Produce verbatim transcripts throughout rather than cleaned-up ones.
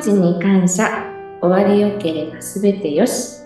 ちに感謝、終わりよければすべてよし。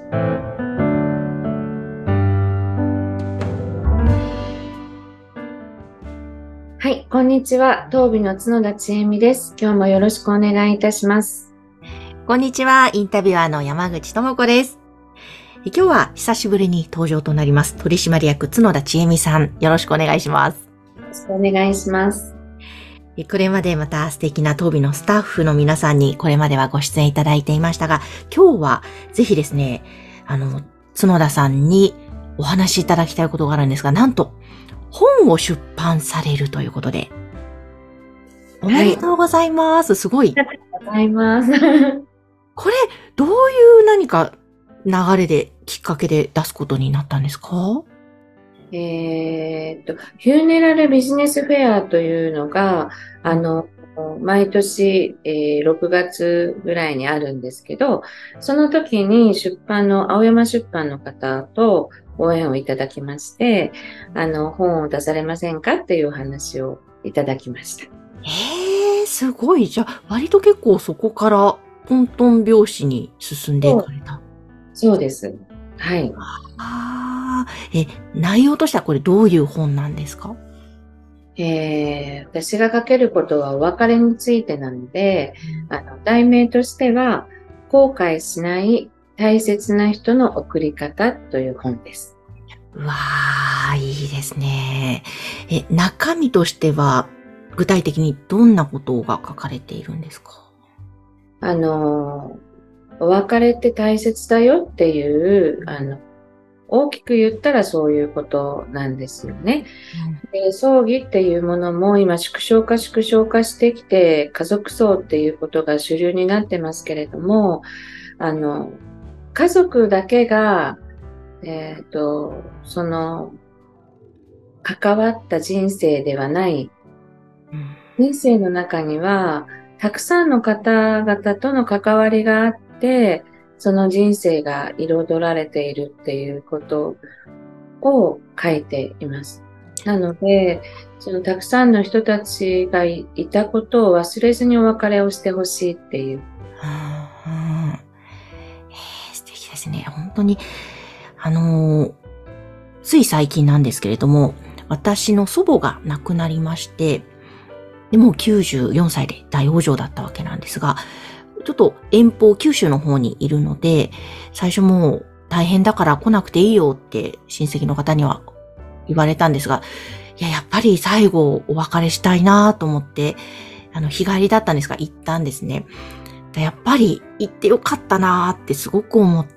はい、こんにちは。当美の角田千恵美です。今日もよろしくお願いいたします。 こんにちは。インタビュアーの山口智子です。今日は久しぶりに登場となります取締役角田千恵美さん、よろしくお願いします。 よろしくお願いします。 これまでまた素敵な当美のスタッフの皆さんにこれまではご出演いただいていましたが、今日はぜひですね、あの、角田さんにお話しいただきたいことがあるんですが、なんと本を出版されるということで。おめでとうございます。はい、すごい。 ありがとうございます。 これ、どういう何か流れで、きっかけで出すことになったんですか？ えーっと、フューネラルビジネスフェアというのが、あの、毎年、えー、ろくがつぐらいにあるんですけど、その時に出版の、青山出版の方と応援をいただきまして、あの、本を出されませんかっていうお話をいただきました。 えー、すごい。じゃあ、割と結構そこからトントン拍子に進んでいかれた。 そうです。はい。 ああ、え、内容としてはこれどういう本なんですか？ えー、私が書けることはお別れについてなので、うん、あの題名としては、後悔しない大切な人の送り方という本です。 うわー、いいですね。え、中身としては、具体的にどんなことが書かれているんですか？ あの、お別れって大切だよっていう、あの、大きく言ったらそういうことなんですよね。うん、で、葬儀っていうものも今縮小化縮小化してきて、家族葬っていうことが主流になってますけれども、あの、家族だけが、えっと、その、関わった人生ではない、うん、人生の中には、たくさんの方々との関わりがあって、その人生が彩られているっていうことを書いています。なので、そのたくさんの人たちが い, いたことを忘れずにお別れをしてほしいっていう。 うんうん、えー、素敵ですね。本当に、あのー、つい最近なんですけれども、私の祖母が亡くなりまして、でもうきゅうじゅうよんさいで大往生だったわけなんですが、ちょっと遠方、九州の方にいるので、最初もう大変だから来なくていいよって親戚の方には言われたんですが、いや、やっぱり最後お別れしたいなと思って、あの、日帰りだったんですが行ったんですね。やっぱり行ってよかったなってすごく思って、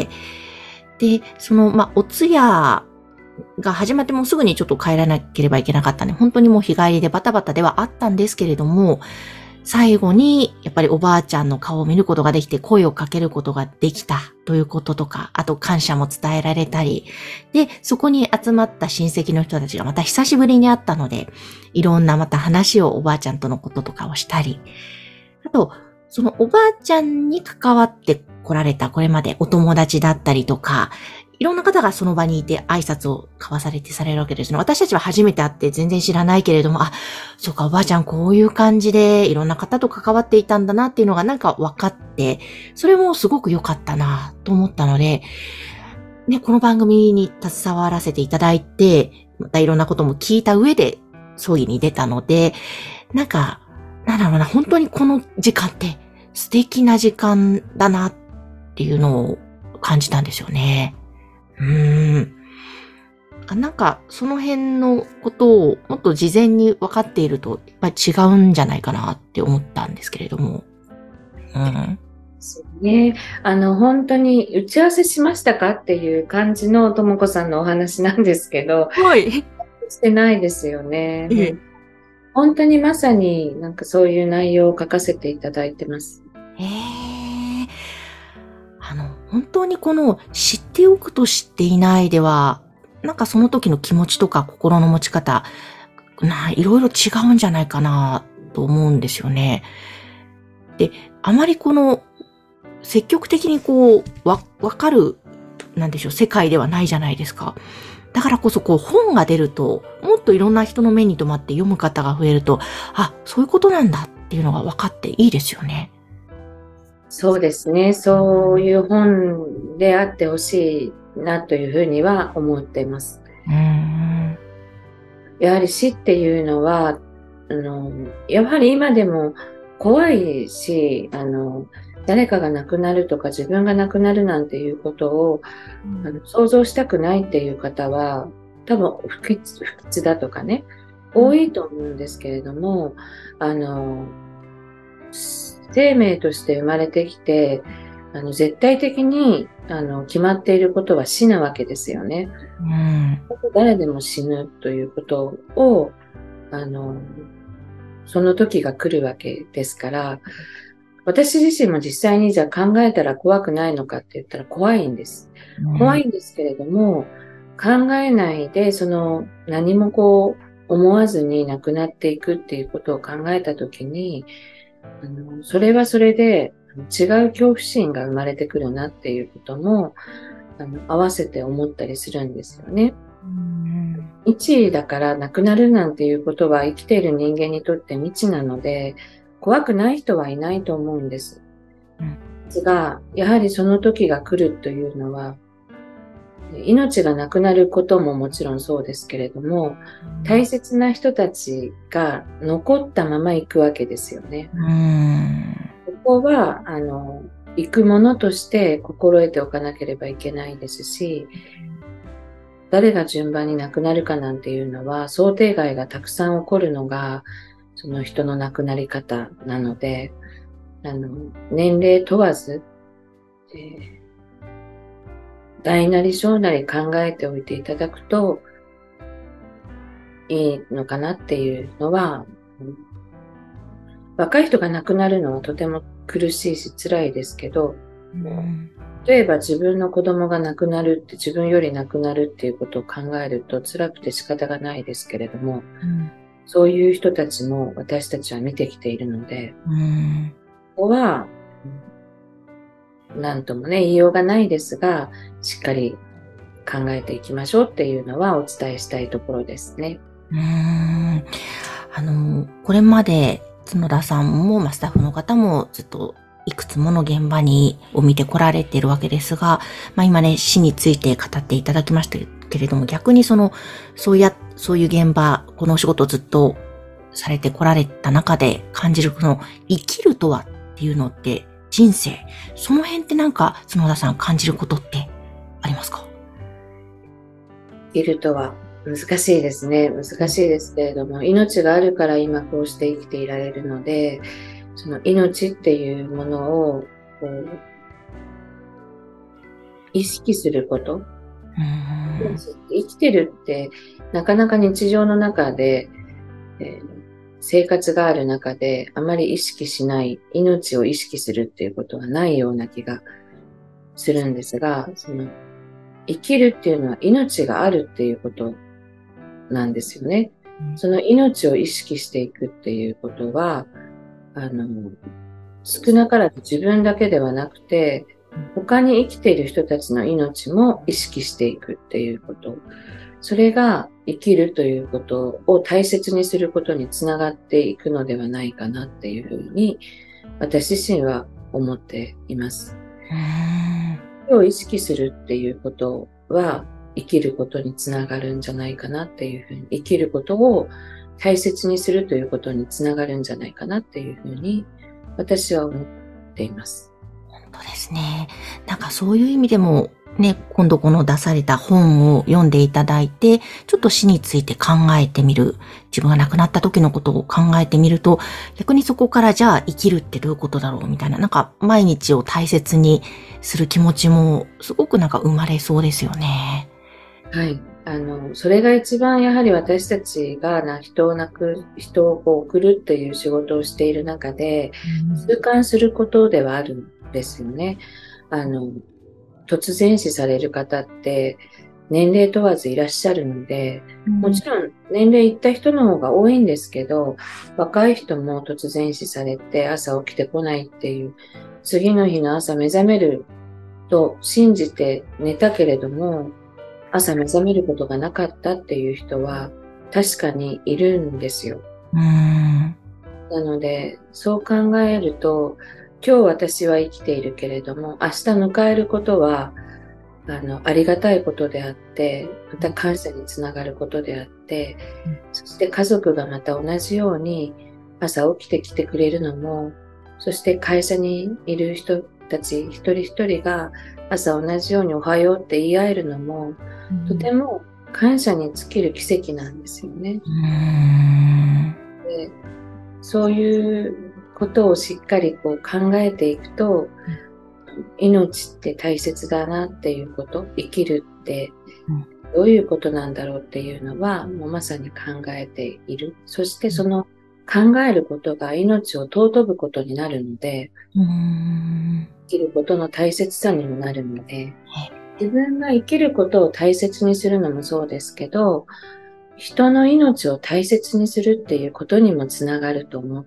で、その、まあ、お通夜が始まってもうすぐにちょっと帰らなければいけなかったね。本当にもう日帰りでバタバタではあったんですけれども、最後にやっぱりおばあちゃんの顔を見ることができて声をかけることができたということとか、あと感謝も伝えられたり、で、そこに集まった親戚の人たちがまた久しぶりに会ったので、いろんなまた話をおばあちゃんとのこととかをしたり、あと、そのおばあちゃんに関わって来られたこれまでお友達だったりとか、いろんな方がその場にいて挨拶を交わされてされるわけですね。私たちは初めて会って全然知らないけれども、あ、そうか、おばあちゃんこういう感じでいろんな方と関わっていたんだなっていうのがなんか分かって、それもすごく良かったなと思ったので、ね、この番組に携わらせていただいて、またいろんなことも聞いた上で葬儀に出たので、なんか、なんだろうな、本当にこの時間って素敵な時間だなっていうのを感じたんですよね。うーん。なんか、その辺のことをもっと事前に分かっていると、やっぱり違うんじゃないかなって思ったんですけれども。うん。 そうね。あの、本当に打ち合わせしましたかっていう感じのともこさんのお話なんですけど、 はい。 してないですよね。 ええ。 本当にまさになんかそういう内容を書かせていただいてます。 へえ。あの、本当にこの知っておくと知っていないでは、なんかその時の気持ちとか心の持ち方、な、いろいろ違うんじゃないかなと思うんですよね。で、あまりこの積極的にこう、わ、わかる、なんでしょう、世界ではないじゃないですか。だからこそこう本が出ると、もっといろんな人の目に留まって読む方が増えると、あ、そういうことなんだっていうのが分かっていいですよね。 そうですね。そういう本であってほしいなというふうには思っています。 うーん。 やはり死っていうのは、あの、やはり今でも怖いし、あの、誰かが亡くなるとか自分が亡くなるなんていうことを、あの想像したくないっていう方は、多分不吉、不吉だとかね、多いと思うんですけれども、あの、生命として生まれてきて、あの絶対的にあの決まっていることは死なわけですよね。 うん。 誰でも死ぬということを、あの、その時が来るわけですから、私自身も実際にじゃあ考えたら怖くないのかって言ったら怖いんです。怖いんですけれども、考えないで、その何もこう思わずに亡くなっていくっていうことを考えたときに、あの、それはそれで違う恐怖心が生まれてくるなっていうことも、あの、合わせて思ったりするんですよね。未知だから亡くなるなんていうことは生きている人間にとって未知なので、怖くない人はいないと思うんです。ですが、やはりその時が来るというのは、命がなくなることももちろんそうですけれども、大切な人たちが残ったまま行くわけですよね。 うん。 ここは、あの、行くものとして心得ておかなければいけないですし、誰が順番に亡くなるかなんていうのは、想定外がたくさん起こるのが、その人の亡くなり方なので、あの、年齢問わず、えー大なり小なり考えておいていただくといいのかなっていうのは、若い人が亡くなるのはとても苦しいし辛いですけど、うん、例えば自分の子供が亡くなるって自分より亡くなるっていうことを考えると辛くて仕方がないですけれども、うん、そういう人たちも私たちは見てきているので、うん、ここは何ともね言いようがないですが、しっかり考えていきましょうっていうのはお伝えしたいところですね。 うーん。あの、これまで角田さんも、まあ、スタッフの方もずっといくつもの現場にを見てこられているわけですが、まあ今ね、死について語っていただきましたけれども、逆にその、そうや、そういう現場、このお仕事をずっとされてこられた中で感じるこの生きるとはっていうのって人生、その辺ってなんか角田さん感じることってありますか？ 生きるとは難しいですね。難しいですけれども、命があるから今こうして生きていられるので、その命っていうものをこう意識すること。生きてるってなかなか日常の中で、えー、生活がある中であまり意識しない、命を意識するっていうことはないような気がするんですが、その生きるっていうのは命があるっていうことなんですよね。その命を意識していくっていうことは、あの、少なからず自分だけではなくて、他に生きている人たちの命も意識していくっていうこと。それが生きるということを大切にすることにつながっていくのではないかなっていうふうに、私自身は思っています。を意識するっていうことは、生きることにつながるんじゃないかなっていうふうに、生きることを大切にするということにつながるんじゃないかなっていうふうに、私は思っています。 本当ですね。なんかそういう意味でも、ね、今度この出された本を読んでいただいて、ちょっと死について考えてみる。自分が亡くなった時のことを考えてみると、逆にそこからじゃあ生きるってどういうことだろうみたいな、なんか毎日を大切にする気持ちもすごくなんか生まれそうですよね。 はい。あの、それが一番やはり私たちがな人を亡く、人をこう送るっていう仕事をしている中で、痛感することではあるんですよね。あの、突然死される方って年齢問わずいらっしゃるので、もちろん年齢いった人の方が多いんですけど、若い人も突然死されて朝起きてこないっていう、次の日の朝目覚めると信じて寝たけれども、朝目覚めることがなかったっていう人は確かにいるんですよ。 うーん。 なので、そう考えると、 今日私は生きているけれども、明日迎えることは、あの、ありがたいことであって、また感謝につながることであって、うん、そして家族がまた同じように朝起きてきてくれるのも、そして会社にいる人たち一人一人が朝同じようにおはようって言い合えるのも、うん、とても感謝に尽きる奇跡なんですよね。 うーんで、そういうことをしっかりこう考えていくと、うん命って大切だなっていうこと、生きるってどういうことなんだろうっていうのは、もうまさに考えている。そしてその考えることが命を尊ぶことになるので、 うーん生きることの大切さにもなるので、自分が生きることを大切にするのもそうですけど、人の命を大切にするっていうことにもつながると思って、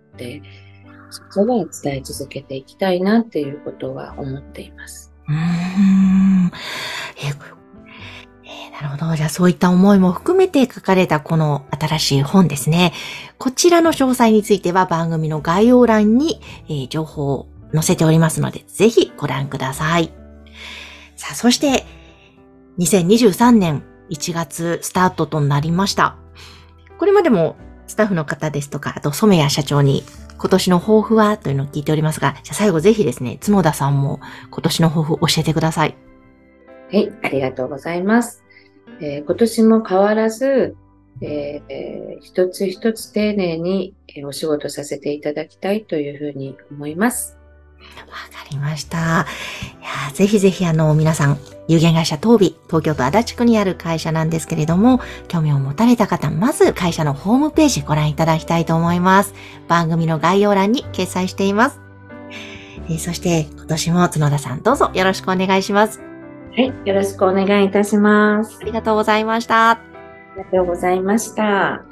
そこは伝え続けていきたいなっていうことは思っています。 うーんええー、なるほど。じゃあそういった思いも含めて書かれたこの新しい本ですね。こちらの詳細については番組の概要欄に、えー、情報を載せておりますので、ぜひご覧ください。さあ、そして、にせんにじゅうさんねんいちがつスタートとなりました。これまでもスタッフの方ですとか、あと染谷社長に今年の抱負はというのを聞いておりますが、じゃあ最後ぜひですね、角田さんも今年の抱負を教えてください。 はい、ありがとうございます。えー、今年も変わらず、えー、一つ一つ丁寧にお仕事させていただきたいというふうに思います。 わかりました。いやぜひぜひあの皆さん、有限会社東美、東京都足立区にある会社なんですけれども、興味を持たれた方、まず会社のホームページご覧いただきたいと思います。番組の概要欄に掲載しています。えー、そして今年も角田さんどうぞよろしくお願いします。 はい、よろしくお願いいたします。 ありがとうございました。 ありがとうございました。